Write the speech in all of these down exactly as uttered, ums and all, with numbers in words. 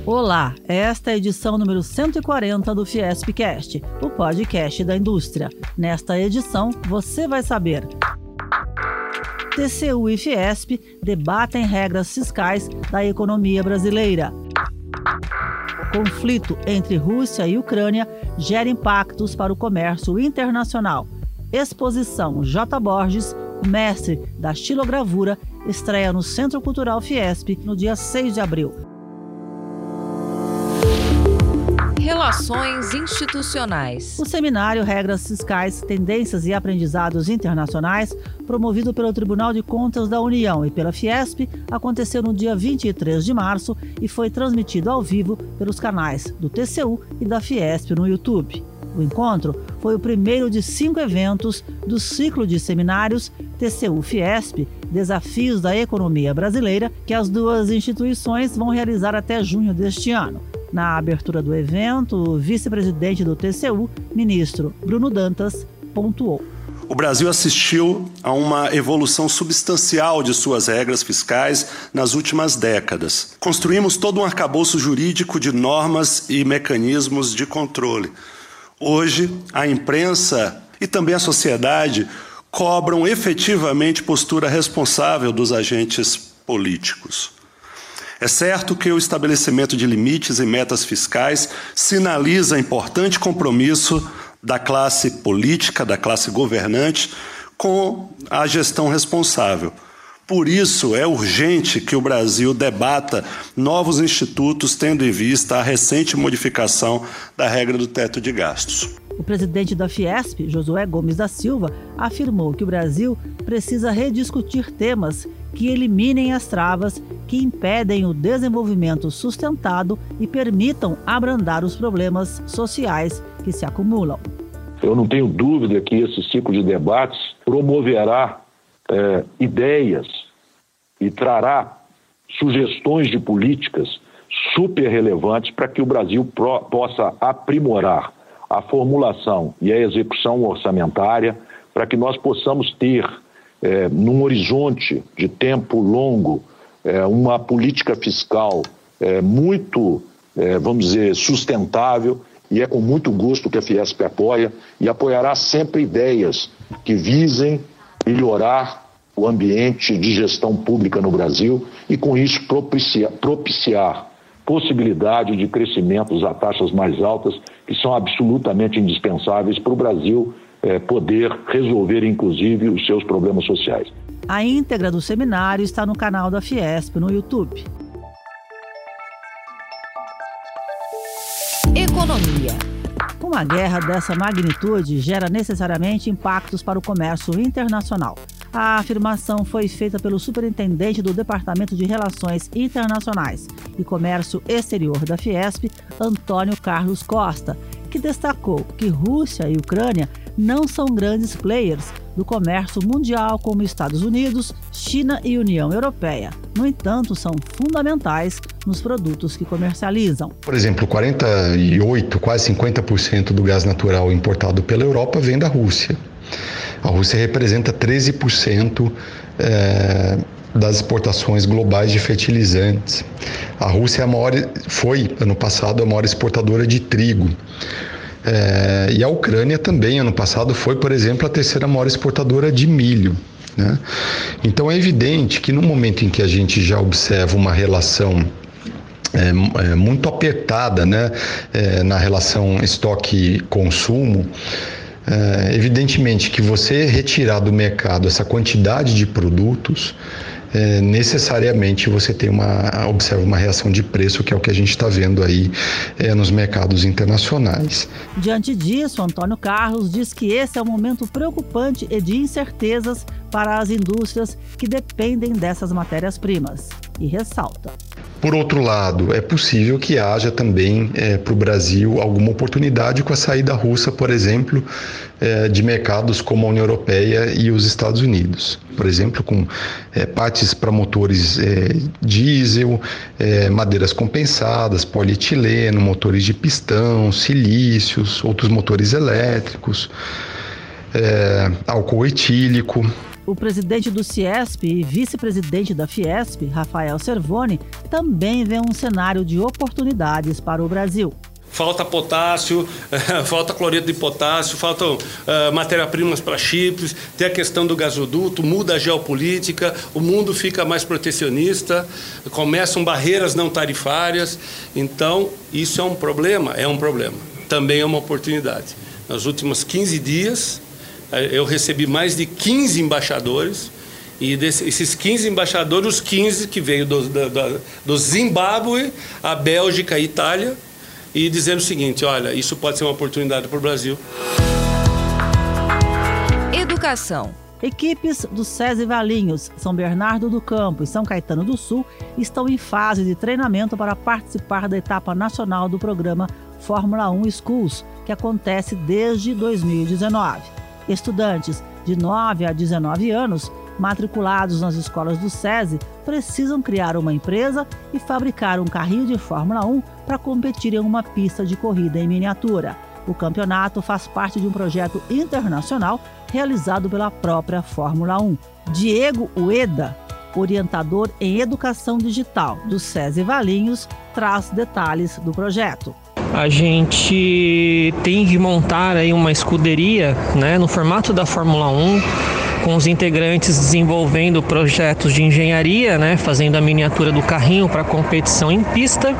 Olá, esta é a edição número cento e quarenta do Fiespcast, o podcast da indústria. Nesta edição, você vai saber: T C U e Fiesp debatem regras fiscais da economia brasileira. Conflito entre Rússia e Ucrânia gera impactos para o comércio internacional. Exposição J. Borges, mestre da xilogravura, estreia no Centro Cultural Fiesp no dia seis de abril. Relações institucionais. O seminário Regras Fiscais, Tendências e Aprendizados Internacionais, promovido pelo Tribunal de Contas da União e pela Fiesp, aconteceu no dia vinte e três de março e foi transmitido ao vivo pelos canais do T C U e da Fiesp no YouTube. O encontro foi o primeiro de cinco eventos do ciclo de seminários T C U-Fiesp, Desafios da Economia Brasileira, que as duas instituições vão realizar até junho deste ano. Na abertura do evento, o vice-presidente do T C U, ministro Bruno Dantas, pontuou. O Brasil assistiu a uma evolução substancial de suas regras fiscais nas últimas décadas. Construímos todo um arcabouço jurídico de normas e mecanismos de controle. Hoje, a imprensa e também a sociedade cobram efetivamente postura responsável dos agentes políticos. É certo que o estabelecimento de limites e metas fiscais sinaliza importante compromisso da classe política, da classe governante, com a gestão responsável. Por isso, é urgente que o Brasil debata novos institutos, tendo em vista a recente modificação da regra do teto de gastos. O presidente da Fiesp, Josué Gomes da Silva, afirmou que o Brasil precisa rediscutir temas que eliminem as travas que impedem o desenvolvimento sustentado e permitam abrandar os problemas sociais que se acumulam. Eu não tenho dúvida que esse ciclo de debates promoverá é, ideias e trará sugestões de políticas super relevantes para que o Brasil pro, possa aprimorar a formulação e a execução orçamentária, para que nós possamos ter, é, num horizonte de tempo longo, é, uma política fiscal é, muito, é, vamos dizer, sustentável, e é com muito gosto que a Fiesp apoia e apoiará sempre ideias que visem melhorar o ambiente de gestão pública no Brasil e, com isso, propiciar, propiciar possibilidade de crescimentos a taxas mais altas, que são absolutamente indispensáveis para o Brasil eh, poder resolver, inclusive, os seus problemas sociais. A íntegra do seminário está no canal da Fiesp no YouTube. Economia. Uma guerra dessa magnitude gera necessariamente impactos para o comércio internacional. A afirmação foi feita pelo superintendente do Departamento de Relações Internacionais e Comércio Exterior da Fiesp, Antônio Carlos Costa, que destacou que Rússia e Ucrânia não são grandes players do comércio mundial como Estados Unidos, China e União Europeia. No entanto, são fundamentais nos produtos que comercializam. Por exemplo, quarenta e oito, quase cinquenta por cento do gás natural importado pela Europa vem da Rússia. A Rússia representa treze por cento é, das exportações globais de fertilizantes. A Rússia é a maior, foi, ano passado, a maior exportadora de trigo. É, e a Ucrânia também, ano passado, foi, por exemplo, a terceira maior exportadora de milho, né? Então é evidente que no momento em que a gente já observa uma relação é, é, muito apertada, né, é, na relação estoque-consumo, é, evidentemente que você retirar do mercado essa quantidade de produtos, É, necessariamente você tem uma, observa uma reação de preço, que é o que a gente está vendo aí é, nos mercados internacionais. Diante disso, Antônio Carlos diz que esse é um momento preocupante e de incertezas para as indústrias que dependem dessas matérias-primas. E ressalta: por outro lado, é possível que haja também é, para o Brasil alguma oportunidade com a saída russa, por exemplo, é, de mercados como a União Europeia e os Estados Unidos. Por exemplo, com é, partes para motores é, diesel, é, madeiras compensadas, polietileno, motores de pistão, silícios, outros motores elétricos, é, álcool etílico. O presidente do Ciesp e vice-presidente da Fiesp, Rafael Cervoni, também vê um cenário de oportunidades para o Brasil. Falta potássio, falta cloreto de potássio, faltam uh, matéria-primas para chips, tem a questão do gasoduto, muda a geopolítica, o mundo fica mais protecionista, começam barreiras não tarifárias. Então, isso é um problema? É um problema. Também é uma oportunidade. Nos últimos quinze dias, eu recebi mais de quinze embaixadores, e desses quinze embaixadores, os quinze que veio do, do, do Zimbábue, a Bélgica e a Itália, e dizendo o seguinte: olha, isso pode ser uma oportunidade para o Brasil. Educação. Equipes do SESI Valinhos, São Bernardo do Campo e São Caetano do Sul estão em fase de treinamento para participar da etapa nacional do programa Fórmula um Schools, que acontece desde dois mil e dezenove. Estudantes de nove a dezenove anos, matriculados nas escolas do SESI, precisam criar uma empresa e fabricar um carrinho de Fórmula um para competir em uma pista de corrida em miniatura. O campeonato faz parte de um projeto internacional realizado pela própria Fórmula um. Diego Ueda, orientador em educação digital do SESI Valinhos, traz detalhes do projeto. A gente tem de montar aí uma escuderia, né, no formato da Fórmula um, com os integrantes desenvolvendo projetos de engenharia, né, fazendo a miniatura do carrinho para competição em pista.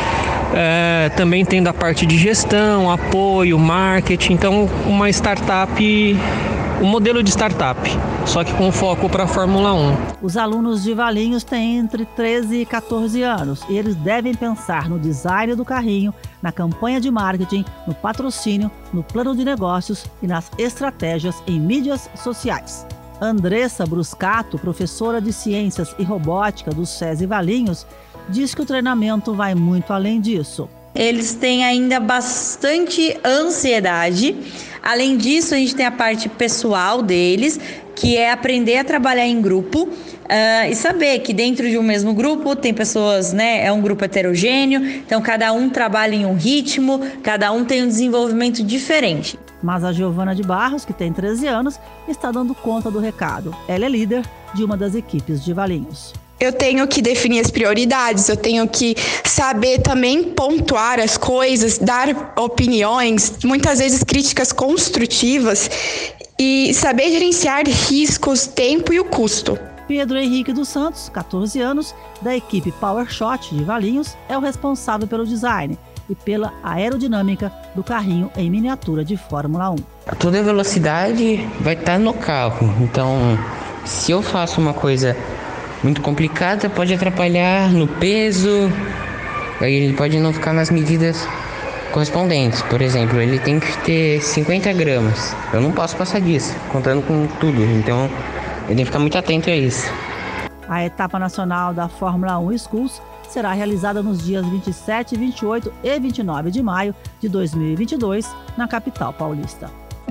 É, também tendo a parte de gestão, apoio, marketing. Então, uma startup, um modelo de startup, só que com foco para a Fórmula um. Os alunos de Valinhos têm entre treze e quatorze anos e eles devem pensar no design do carrinho, na campanha de marketing, no patrocínio, no plano de negócios e nas estratégias em mídias sociais. Andressa Bruscato, professora de Ciências e Robótica do SESI Valinhos, diz que o treinamento vai muito além disso. Eles têm ainda bastante ansiedade. Além disso, a gente tem a parte pessoal deles, que é aprender a trabalhar em grupo uh, e saber que dentro de um mesmo grupo tem pessoas, né? É um grupo heterogêneo, então cada um trabalha em um ritmo, cada um tem um desenvolvimento diferente. Mas a Giovana de Barros, que tem treze anos, está dando conta do recado. Ela é líder de uma das equipes de Valinhos. Eu tenho que definir as prioridades, eu tenho que saber também pontuar as coisas, dar opiniões, muitas vezes críticas construtivas e saber gerenciar riscos, tempo e o custo. Pedro Henrique dos Santos, quatorze anos, da equipe PowerShot de Valinhos, é o responsável pelo design e pela aerodinâmica do carrinho em miniatura de Fórmula um. Toda a velocidade vai estar no carro, então se eu faço uma coisa muito complicada, pode atrapalhar no peso, aí ele pode não ficar nas medidas correspondentes. Por exemplo, ele tem que ter cinquenta gramas, eu não posso passar disso, contando com tudo, então ele tem que ficar muito atento a isso. A etapa nacional da Fórmula um Schools será realizada nos dias vinte e sete, vinte e oito e vinte e nove de maio de dois mil e vinte e dois, na capital paulista.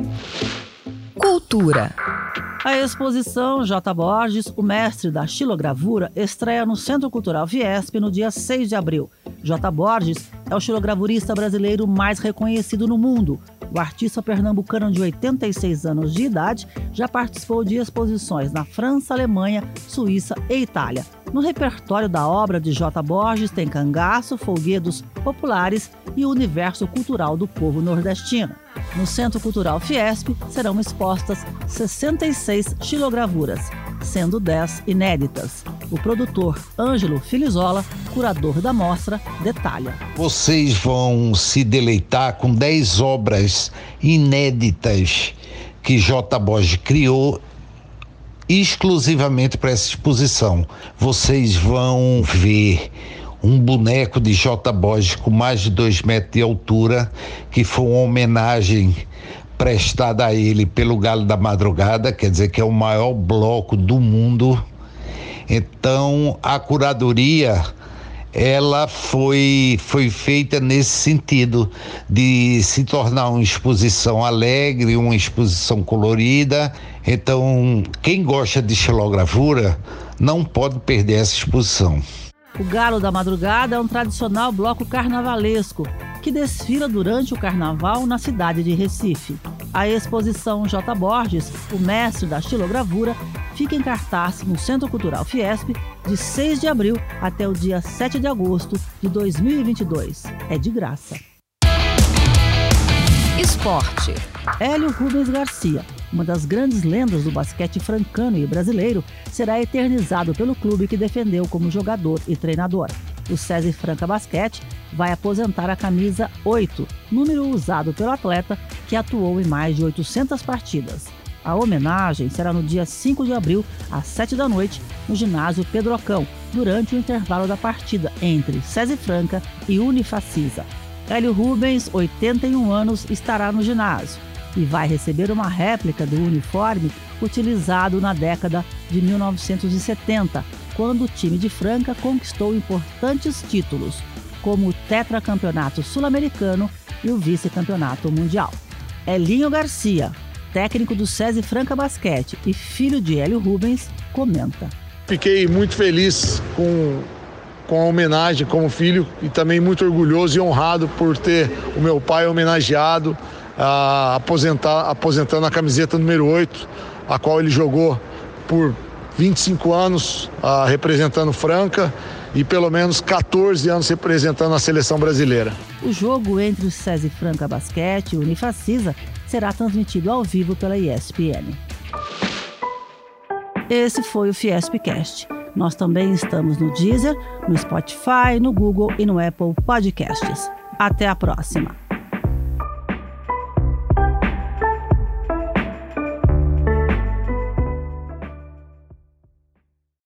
Cultura. A exposição J. Borges, o mestre da xilogravura, estreia no Centro Cultural Fiesp no dia seis de abril. J. Borges é o xilogravurista brasileiro mais reconhecido no mundo. O artista pernambucano de oitenta e seis anos de idade já participou de exposições na França, Alemanha, Suíça e Itália. No repertório da obra de J. Borges tem cangaço, folguedos populares e o universo cultural do povo nordestino. No Centro Cultural Fiesp serão expostas sessenta e seis xilogravuras, sendo dez inéditas. O produtor Ângelo Filizola, curador da mostra, detalha. Vocês vão se deleitar com dez obras inéditas que J. Borges criou exclusivamente para essa exposição. Vocês vão ver um boneco de J. Borges com mais de dois metros de altura, que foi uma homenagem prestada a ele pelo Galo da Madrugada, quer dizer que é o maior bloco do mundo. Então, a curadoria, ela foi, foi feita nesse sentido, de se tornar uma exposição alegre, uma exposição colorida. Então, quem gosta de xilogravura não pode perder essa exposição. O Galo da Madrugada é um tradicional bloco carnavalesco que desfila durante o carnaval na cidade de Recife. A exposição J. Borges, o mestre da xilogravura, fica em cartaz no Centro Cultural Fiesp de seis de abril até o dia sete de agosto de dois mil e vinte e dois. É de graça. Esporte. Hélio Rubens Garcia, uma das grandes lendas do basquete francano e brasileiro, será eternizado pelo clube que defendeu como jogador e treinador. O SESI Franca Basquete vai aposentar a camisa oito, número usado pelo atleta que atuou em mais de oitocentas partidas. A homenagem será no dia cinco de abril, às sete da noite, no ginásio Pedrocão, durante o intervalo da partida entre SESI Franca e Unifacisa. Hélio Rubens, oitenta e um anos, estará no ginásio e vai receber uma réplica do uniforme utilizado na década de mil novecentos e setenta, quando o time de Franca conquistou importantes títulos, como o tetracampeonato sul-americano e o vice-campeonato mundial. Elinho Garcia, técnico do SESI Franca Basquete e filho de Hélio Rubens, comenta. Fiquei muito feliz com, com a homenagem como filho e também muito orgulhoso e honrado por ter o meu pai homenageado, uh, aposentar, aposentando a camiseta número oito, a qual ele jogou por vinte e cinco anos uh, representando Franca e pelo menos quatorze anos representando a seleção brasileira. O jogo entre o SESI Franca Basquete e o Unifacisa será transmitido ao vivo pela E S P N. Esse foi o Fiespcast. Nós também estamos no Deezer, no Spotify, no Google e no Apple Podcasts. Até a próxima!